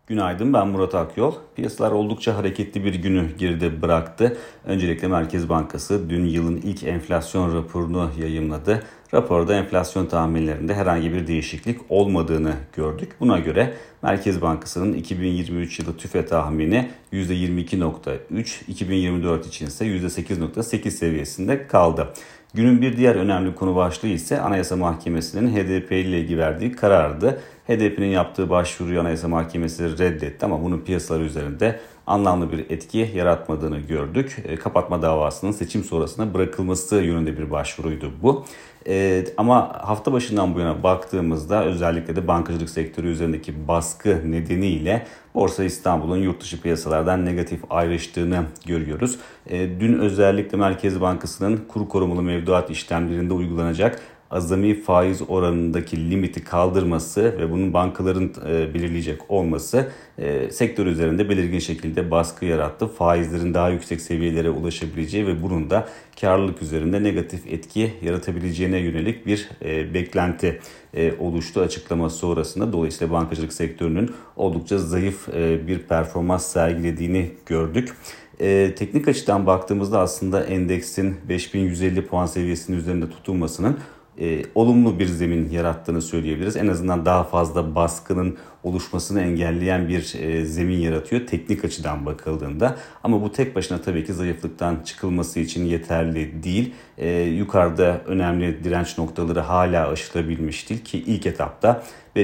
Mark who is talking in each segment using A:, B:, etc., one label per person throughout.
A: Günaydın, ben Murat Akyol. Piyasalar oldukça hareketli bir günü geride bıraktı. Öncelikle Merkez Bankası dün yılın ilk enflasyon raporunu yayımladı. Raporda enflasyon tahminlerinde herhangi bir değişiklik olmadığını gördük. Buna göre Merkez Bankası'nın 2023 yılı tüfe tahmini %22.3, 2024 için ise %8.8 seviyesinde kaldı. Günün bir diğer önemli konu başlığı ise Anayasa Mahkemesi'nin HDP ile ilgili verdiği karardı. HDP'nin yaptığı başvuruyu Anayasa Mahkemesi reddetti ama bunun piyasalar üzerinde anlamlı bir etki yaratmadığını gördük. Kapatma davasının seçim sonrasına bırakılması yönünde bir başvuruydu bu. Ama hafta başından bu yana baktığımızda özellikle de bankacılık sektörü üzerindeki baskı nedeniyle Borsa İstanbul'un yurt dışı piyasalardan negatif ayrıştığını görüyoruz. Dün özellikle Merkez Bankası'nın kur korumalı mevduat işlemlerinde uygulanacak azami faiz oranındaki limiti kaldırması ve bunun bankaların belirleyecek olması sektör üzerinde belirgin şekilde baskı yarattı. Faizlerin daha yüksek seviyelere ulaşabileceği ve bunun da karlılık üzerinde negatif etki yaratabileceğine yönelik bir beklenti oluştu açıklama sonrasında. Dolayısıyla bankacılık sektörünün oldukça zayıf bir performans sergilediğini gördük. Teknik açıdan baktığımızda aslında endeksin 5150 puan seviyesinin üzerinde tutulmasının olumlu bir zemin yarattığını söyleyebiliriz. En azından daha fazla baskının oluşmasını engelleyen bir zemin yaratıyor teknik açıdan bakıldığında. Ama bu tek başına tabii ki zayıflıktan çıkılması için yeterli değil. Yukarıda önemli direnç noktaları hala aşılabilmiş değil ki ilk etapta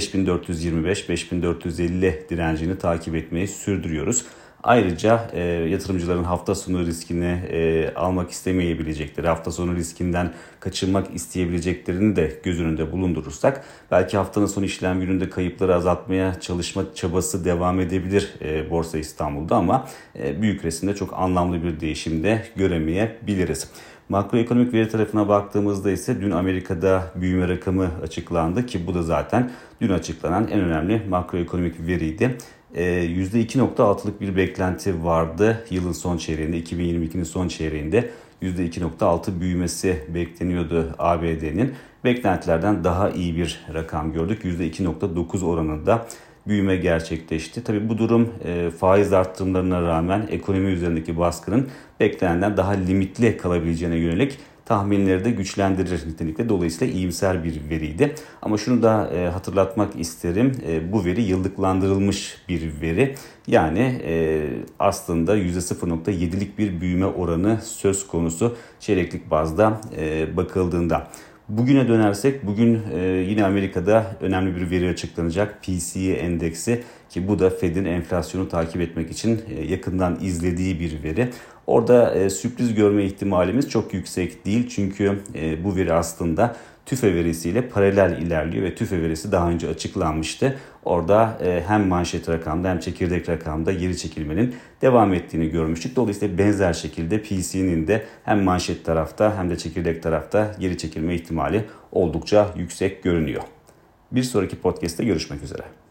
A: 5425-5450 direncini takip etmeyi sürdürüyoruz. Ayrıca yatırımcıların hafta sonu riskini almak istemeyebilecekleri, hafta sonu riskinden kaçınmak isteyebileceklerini de göz önünde bulundurursak belki haftanın son işlem gününde kayıpları azaltmaya çalışma çabası devam edebilir Borsa İstanbul'da ama büyük resimde çok anlamlı bir değişim de göremeyebiliriz. Makroekonomik veri tarafına baktığımızda ise dün Amerika'da büyüme rakamı açıklandı ki bu da zaten dün açıklanan en önemli makroekonomik veriydi. %2.6'lık bir beklenti vardı yılın son çeyreğinde, 2022'nin son çeyreğinde %2.6 büyümesi bekleniyordu ABD'nin. Beklentilerden daha iyi bir rakam gördük. %2.9 oranında büyüme gerçekleşti. Tabii bu durum faiz arttırımlarına rağmen ekonomi üzerindeki baskının beklenenden daha limitli kalabileceğine yönelik tahminleri de güçlendirir nitelikte. Dolayısıyla iyimser bir veriydi. Ama şunu da hatırlatmak isterim. Bu veri yıllıklandırılmış bir veri. Yani aslında %0.7'lik bir büyüme oranı söz konusu çeyreklik bazda bakıldığında. Bugüne dönersek bugün yine Amerika'da önemli bir veri açıklanacak. PCE endeksi ki bu da Fed'in enflasyonu takip etmek için yakından izlediği bir veri. Orada sürpriz görme ihtimalimiz çok yüksek değil. Çünkü bu veri aslında tüfe verisiyle paralel ilerliyor ve tüfe verisi daha önce açıklanmıştı. Orada hem manşet rakamda hem çekirdek rakamda geri çekilmenin devam ettiğini görmüştük. Dolayısıyla benzer şekilde PC'nin de hem manşet tarafta hem de çekirdek tarafta geri çekilme ihtimali oldukça yüksek görünüyor. Bir sonraki podcast'te görüşmek üzere.